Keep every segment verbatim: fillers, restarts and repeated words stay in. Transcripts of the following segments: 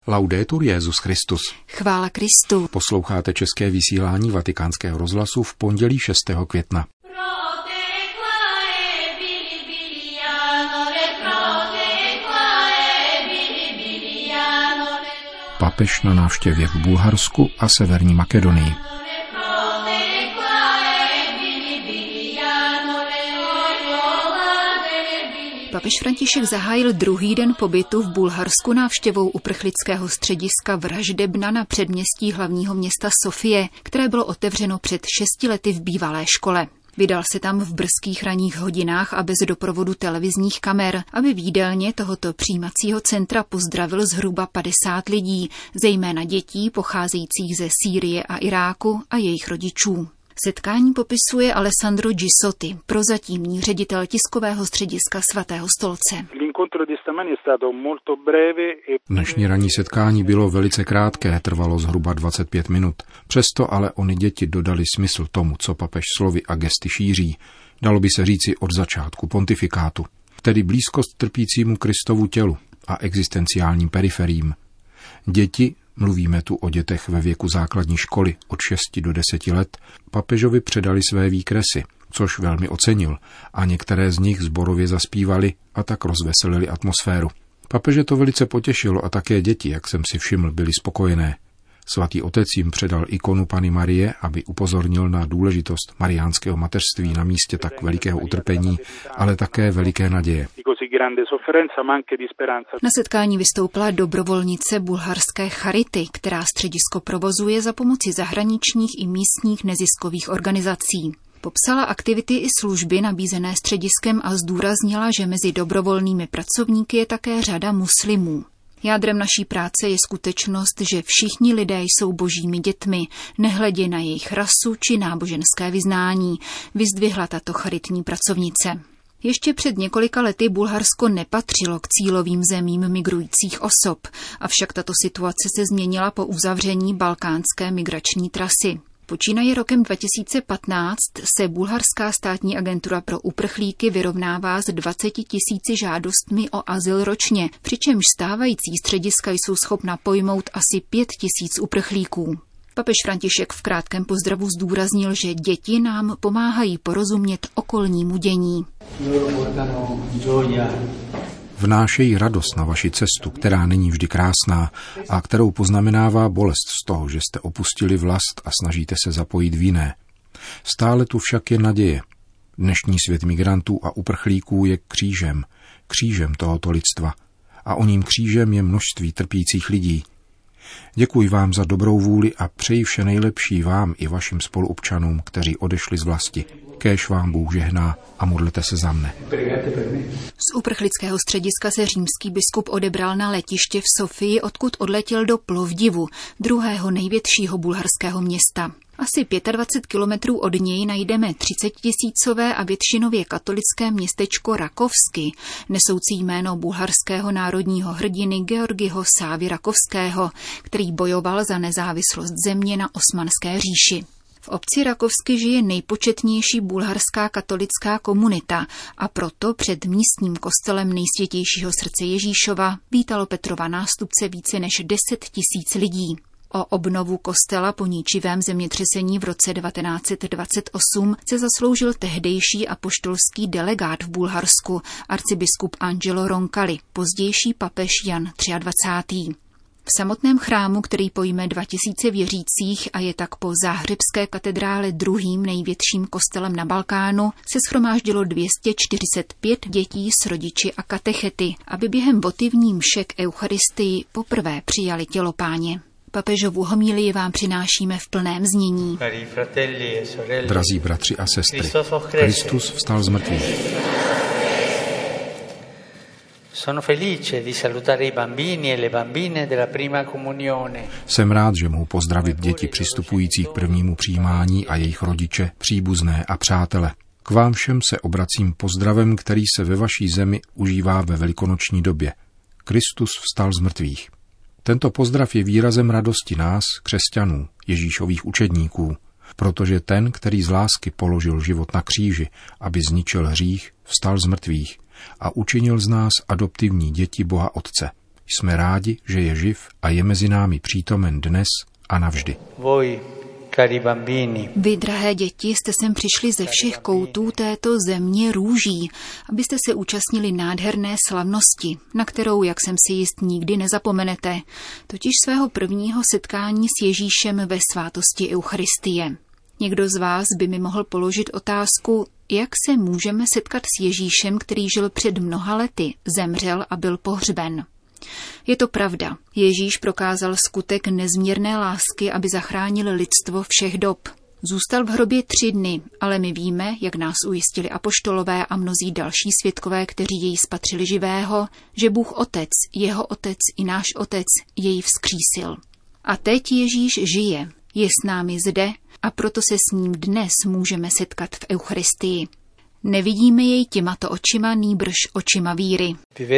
Laudetur Jesus Christus. Chvála Kristu. Posloucháte české vysílání Vatikánského rozhlasu v pondělí šestého května. Papež na návštěvě v Bulharsku a Severní Makedonii. Papež František zahájil druhý den pobytu v Bulharsku návštěvou uprchlického střediska Vraždebna na předměstí hlavního města Sofie, které bylo otevřeno před šesti lety v bývalé škole. Vydal se tam v brzkých ranních hodinách a bez doprovodu televizních kamer, aby v jídelně tohoto přijímacího centra pozdravil zhruba padesát lidí, zejména dětí pocházejících ze Sýrie a Iráku a jejich rodičů. Setkání popisuje Alessandro Gisotti, prozatímní ředitel tiskového střediska Svatého stolce. Dnešní ranní setkání bylo velice krátké, trvalo zhruba dvacet pět minut. Přesto ale ony děti dodali smysl tomu, co papež slovy a gesty šíří. Dalo by se říci od začátku pontifikátu, tedy blízkost trpícímu Kristovu tělu a existenciálním periferím. Děti, mluvíme tu o dětech ve věku základní školy od šesti do deseti let, papežovi předali své výkresy, což velmi ocenil, a některé z nich zborově zaspívali a tak rozveselili atmosféru. Papeže to velice potěšilo a také děti, jak jsem si všiml, byly spokojené. Svatý otec jim předal ikonu Panny Marie, aby upozornil na důležitost mariánského mateřství na místě tak velikého utrpení, ale také veliké naděje. Na setkání vystoupila dobrovolnice bulharské Charity, která středisko provozuje za pomoci zahraničních i místních neziskových organizací. Popsala aktivity i služby nabízené střediskem a zdůraznila, že mezi dobrovolnými pracovníky je také řada muslimů. Jádrem naší práce je skutečnost, že všichni lidé jsou božími dětmi, nehledě na jejich rasu či náboženské vyznání, vyzdvihla tato charitní pracovnice. Ještě před několika lety Bulharsko nepatřilo k cílovým zemím migrujících osob, avšak tato situace se změnila po uzavření balkánské migrační trasy. Počínaje rokem dva tisíce patnáct se bulharská státní agentura pro uprchlíky vyrovnává s dvaceti tisíci žádostmi o azyl ročně, přičemž stávající střediska jsou schopna pojmout asi pět tisíc uprchlíků. Papež František v krátkém pozdravu zdůraznil, že děti nám pomáhají porozumět okolnímu dění. Vnášejí radost na vaši cestu, která není vždy krásná a kterou poznamenává bolest z toho, že jste opustili vlast a snažíte se zapojit v jiné. Stále tu však je naděje. Dnešní svět migrantů a uprchlíků je křížem, křížem tohoto lidstva. A oním křížem je množství trpících lidí. Děkuji vám za dobrou vůli a přeji vše nejlepší vám i vašim spoluobčanům, kteří odešli z vlasti. Kéž vám Bůh žehná a modlete se za mne. Z uprchlického střediska se římský biskup odebral na letiště v Sofii, odkud odletěl do Plovdivu, druhého největšího bulharského města. Asi dvacet pět kilometrů od něj najdeme třicetitisícové a většinově katolické městečko Rakovsky, nesoucí jméno bulharského národního hrdiny Georgiho Sávy Rakovského, který bojoval za nezávislost země na Osmanské říši. V obci Rakovsky žije nejpočetnější bulharská katolická komunita a proto před místním kostelem Nejsvětějšího srdce Ježíšova vítalo Petrova nástupce více než deset tisíc lidí. O obnovu kostela po ničivém zemětřesení v roce devatenáct set dvacet osm se zasloužil tehdejší apoštolský delegát v Bulharsku, arcibiskup Angelo Roncalli, pozdější papež Jan dvacátý třetí V samotném chrámu, který pojme dva tisíce věřících a je tak po záhřebské katedrále druhým největším kostelem na Balkánu, se shromáždilo dvě stě čtyřicet pět dětí s rodiči a katechety, aby během votivní mše k Eucharistii poprvé přijali tělo Páně. Papežovu homílii vám přinášíme v plném znění. Drazí bratři a sestry, Kristus vstal z mrtvých. Jsem rád, že mohu pozdravit děti přistupující k prvnímu přijímání a jejich rodiče, příbuzné a přátele. K vám všem se obracím pozdravem, který se ve vaší zemi užívá ve velikonoční době. Kristus vstal z mrtvých. Tento pozdrav je výrazem radosti nás, křesťanů, Ježíšových učedníků, protože ten, který z lásky položil život na kříži, aby zničil hřích, vstal z mrtvých a učinil z nás adoptivní děti Boha Otce. Jsme rádi, že je živ a je mezi námi přítomen dnes a navždy. Vy, drahé děti, jste sem přišli ze všech koutů této země růží, abyste se účastnili nádherné slavnosti, na kterou, jak jsem si jist, nikdy nezapomenete, totiž svého prvního setkání s Ježíšem ve svátosti Eucharistie. Někdo z vás by mi mohl položit otázku, jak se můžeme setkat s Ježíšem, který žil před mnoha lety, zemřel a byl pohřben. Je to pravda. Ježíš prokázal skutek nezměrné lásky, aby zachránil lidstvo všech dob. Zůstal v hrobě tři dny, ale my víme, jak nás ujistili apoštolové a mnozí další svědkové, kteří jej spatřili živého, že Bůh Otec, jeho Otec i náš Otec jej vzkřísil. A teď Ježíš žije, je s námi zde a proto se s ním dnes můžeme setkat v Eucharistii. Nevidíme jej těmato očima, nýbrž očima víry.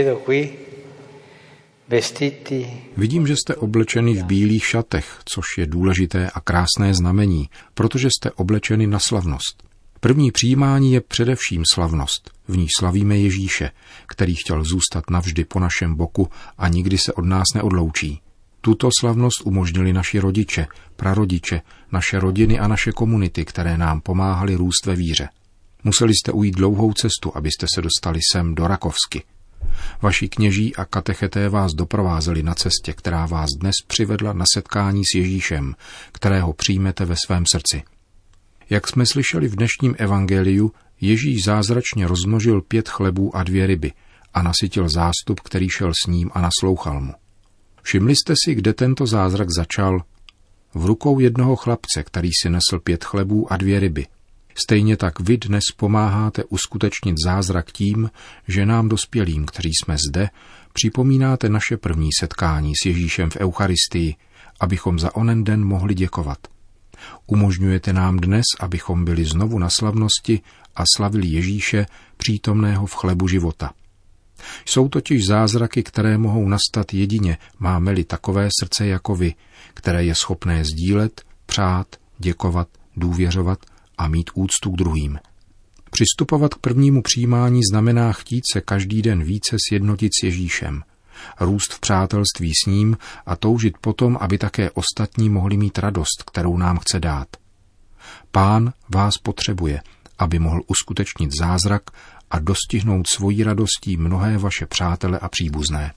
Vidím, že jste oblečeni v bílých šatech, což je důležité a krásné znamení, protože jste oblečeni na slavnost. První přijímání je především slavnost. V ní slavíme Ježíše, který chtěl zůstat navždy po našem boku a nikdy se od nás neodloučí. Tuto slavnost umožnili naši rodiče, prarodiče, naše rodiny a naše komunity, které nám pomáhaly růst ve víře. Museli jste ujít dlouhou cestu, abyste se dostali sem do Rakovsky. Vaši kněží a katecheté vás doprovázeli na cestě, která vás dnes přivedla na setkání s Ježíšem, kterého přijmete ve svém srdci. Jak jsme slyšeli v dnešním evangeliu, Ježíš zázračně rozmnožil pět chlebů a dvě ryby a nasytil zástup, který šel s ním a naslouchal mu. Všimli jste si, kde tento zázrak začal? V rukou jednoho chlapce, který si nesl pět chlebů a dvě ryby. Stejně tak vy dnes pomáháte uskutečnit zázrak tím, že nám dospělým, kteří jsme zde, připomínáte naše první setkání s Ježíšem v Eucharistii, abychom za onen den mohli děkovat. Umožňujete nám dnes, abychom byli znovu na slavnosti a slavili Ježíše, přítomného v chlebu života. Jsou totiž zázraky, které mohou nastat jedině, máme-li takové srdce jako vy, které je schopné sdílet, přát, děkovat, důvěřovat a mít úctu k druhým. Přistupovat k prvnímu přijímání znamená chtít se každý den více sjednotit s Ježíšem, růst v přátelství s ním a toužit potom, aby také ostatní mohli mít radost, kterou nám chce dát. Pán vás potřebuje, aby mohl uskutečnit zázrak a dostihnout svojí radostí mnohé vaše přátele a příbuzné.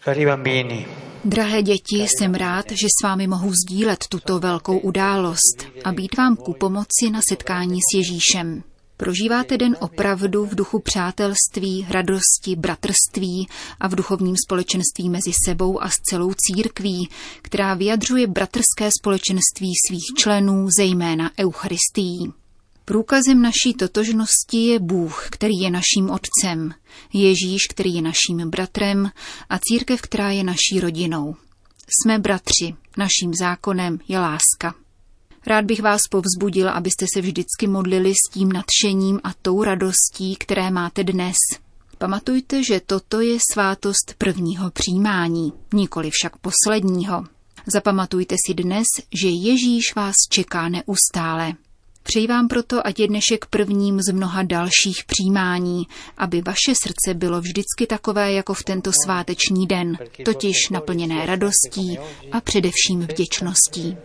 Drahé děti, jsem rád, že s vámi mohu sdílet tuto velkou událost a být vám ku pomoci na setkání s Ježíšem. Prožíváte den opravdu v duchu přátelství, radosti, bratrství a v duchovním společenství mezi sebou a s celou církví, která vyjadřuje bratrské společenství svých členů, zejména Eucharistií. Průkazem naší totožnosti je Bůh, který je naším otcem, Ježíš, který je naším bratrem a církev, která je naší rodinou. Jsme bratři, naším zákonem je láska. Rád bych vás povzbudil, abyste se vždycky modlili s tím nadšením a tou radostí, které máte dnes. Pamatujte, že toto je svátost prvního přijímání, nikoli však posledního. Zapamatujte si dnes, že Ježíš vás čeká neustále. Přeji vám proto, ať je dnešek prvním z mnoha dalších přijímání, aby vaše srdce bylo vždycky takové jako v tento sváteční den, totiž naplněné radostí a především vděčností.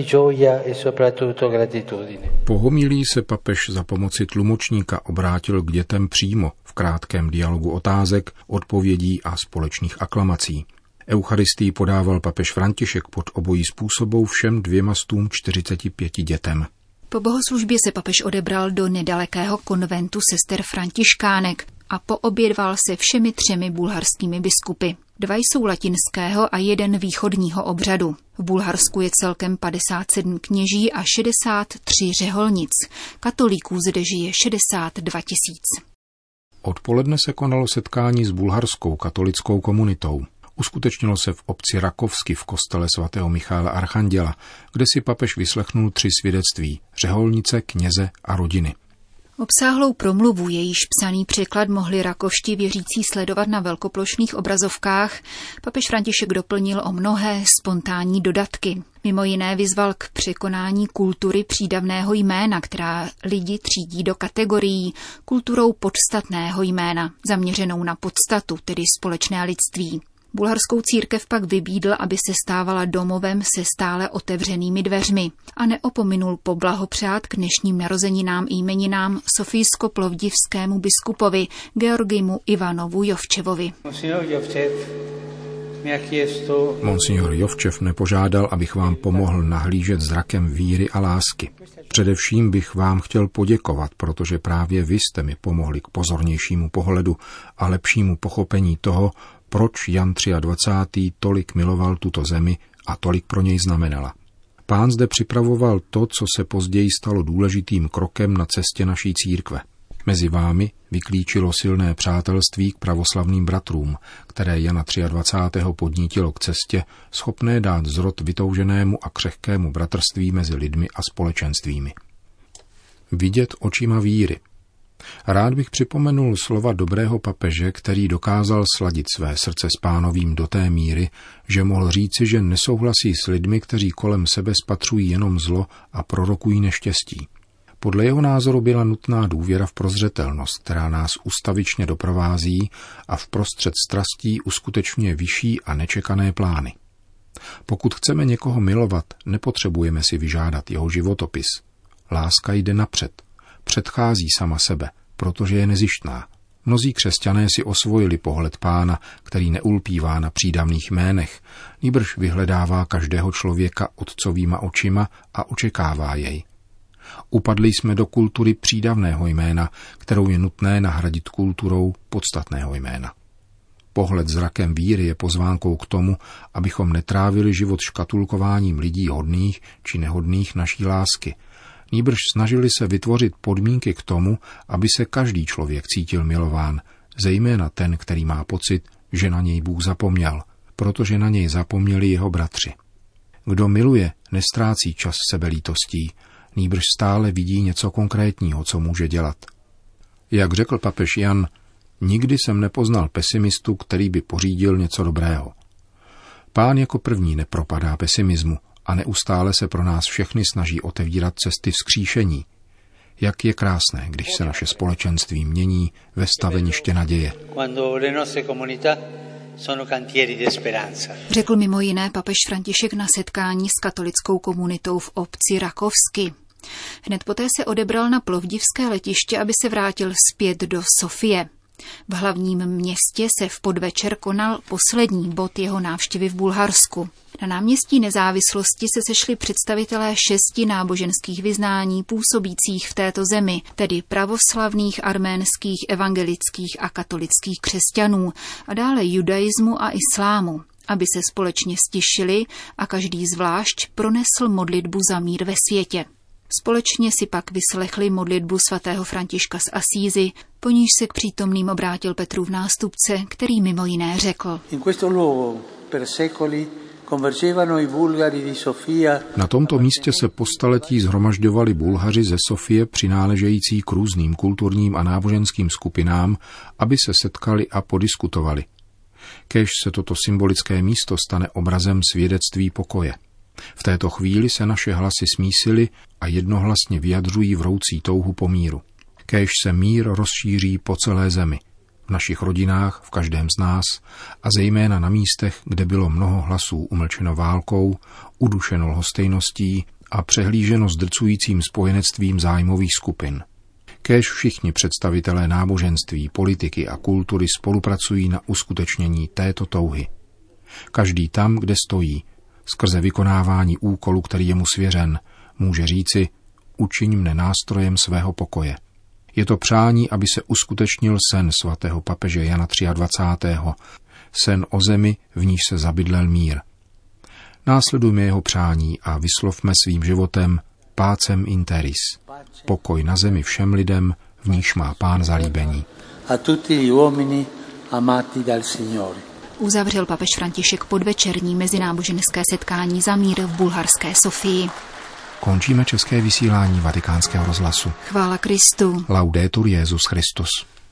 Po homilii se papež za pomoci tlumočníka obrátil k dětem přímo v krátkém dialogu otázek, odpovědí a společných aklamací. Eucharistii podával papež František pod obojí způsobou všem dvěma stům čtyřiceti pěti dětem. Po bohoslužbě se papež odebral do nedalekého konventu sester františkánek a poobědval se všemi třemi bulharskými biskupy. Dva jsou latinského a jeden východního obřadu. V Bulharsku je celkem padesát sedm kněží a šedesát tři řeholnic. Katolíků zde žije šedesát dva tisíc. Odpoledne se konalo setkání s bulharskou katolickou komunitou. Uskutečnilo se v obci Rakovsky v kostele svatého Michaela Archanděla, kde si papež vyslechnul tři svědectví, řeholnice, kněze a rodiny. Obsáhlou promluvu, jejíž psaný překlad mohli rakovští věřící sledovat na velkoplošných obrazovkách, papež František doplnil o mnohé spontánní dodatky. Mimo jiné vyzval k překonání kultury přídavného jména, která lidi třídí do kategorií, kulturou podstatného jména, zaměřenou na podstatu, tedy společné lidství. Bulharskou církev pak vybídl, aby se stávala domovem se stále otevřenými dveřmi a neopominul poblahopřát k dnešním narozeninám i jmeninám sofijsko-plovdivskému biskupovi Georgimu Ivanovu Jovčevovi. Monsignor Jovčev nepožádal, abych vám pomohl nahlížet zrakem víry a lásky. Především bych vám chtěl poděkovat, protože právě vy jste mi pomohli k pozornějšímu pohledu a lepšímu pochopení toho, proč Jan dvacátý třetí tolik miloval tuto zemi a tolik pro něj znamenala. Pán zde připravoval to, co se později stalo důležitým krokem na cestě naší církve. Mezi vámi vyklíčilo silné přátelství k pravoslavným bratrům, které Jana dvacátého třetího podnítilo k cestě, schopné dát zrod vytouženému a křehkému bratrství mezi lidmi a společenstvími. Vidět očima víry. Rád bych připomenul slova dobrého papeže, který dokázal sladit své srdce s Pánovým do té míry, že mohl říci, že nesouhlasí s lidmi, kteří kolem sebe spatřují jenom zlo a prorokují neštěstí. Podle jeho názoru byla nutná důvěra v prozřetelnost, která nás ustavičně doprovází a v prostřed strastí uskutečňuje vyšší a nečekané plány. Pokud chceme někoho milovat, nepotřebujeme si vyžádat jeho životopis. Láska jde napřed, předchází sama sebe, protože je nezištná. Mnozí křesťané si osvojili pohled Pána, který neulpívá na přídavných jménech, nýbrž vyhledává každého člověka otcovýma očima a očekává jej. Upadli jsme do kultury přídavného jména, kterou je nutné nahradit kulturou podstatného jména. Pohled zrakem víry je pozvánkou k tomu, abychom netrávili život škatulkováním lidí hodných či nehodných naší lásky, nýbrž snažili se vytvořit podmínky k tomu, aby se každý člověk cítil milován, zejména ten, který má pocit, že na něj Bůh zapomněl, protože na něj zapomněli jeho bratři. Kdo miluje, nestrácí čas sebelítostí, nýbrž stále vidí něco konkrétního, co může dělat. Jak řekl papež Jan, nikdy jsem nepoznal pesimistu, který by pořídil něco dobrého. Pán jako první nepropadá pesimismu a neustále se pro nás všechny snaží otevírat cesty vzkříšení. Jak je krásné, když se naše společenství mění ve staveniště naděje. Řekl mimo jiné papež František na setkání s katolickou komunitou v obci Rakovsky. Hned poté se odebral na plovdivské letiště, aby se vrátil zpět do Sofie. V hlavním městě se v podvečer konal poslední bod jeho návštěvy v Bulharsku. Na náměstí Nezávislosti se sešli představitelé šesti náboženských vyznání působících v této zemi, tedy pravoslavných, arménských, evangelických a katolických křesťanů a dále judaismu a islámu, aby se společně stišili a každý zvlášť pronesl modlitbu za mír ve světě. Společně si pak vyslechli modlitbu svatého Františka z Asízy, po níž se k přítomným obrátil Petrův nástupce, který mimo jiné řekl. Na tomto místě se po staletí shromažďovali Bulhaři ze Sofie přináležející k různým kulturním a náboženským skupinám, aby se setkali a podiskutovali. Kéž se toto symbolické místo stane obrazem svědectví pokoje. V této chvíli se naše hlasy smísily a jednohlasně vyjadřují vroucí touhu po míru. Kéž se mír rozšíří po celé zemi, v našich rodinách, v každém z nás a zejména na místech, kde bylo mnoho hlasů umlčeno válkou, udušeno lhostejností a přehlíženo zdrcujícím spojenectvím zájmových skupin. Kéž všichni představitelé náboženství, politiky a kultury spolupracují na uskutečnění této touhy. Každý tam, kde stojí, skrze vykonávání úkolu, který je mu svěřen, může říci, učiň mne nástrojem svého pokoje. Je to přání, aby se uskutečnil sen svatého papeže Jana dvacátého třetího sen o zemi, v níž se zabydlel mír. Následujme jeho přání a vyslovme svým životem pacem in terris, pokoj na zemi všem lidem, v níž má Pán zalíbení. A tutti gli uomini amati dal Signore. Uzavřel papež František podvečerní mezináboženské setkání za mír v bulharské Sofii. Končíme české vysílání Vatikánského rozhlasu. Chvála Kristu. Laudetur Jesus Christus.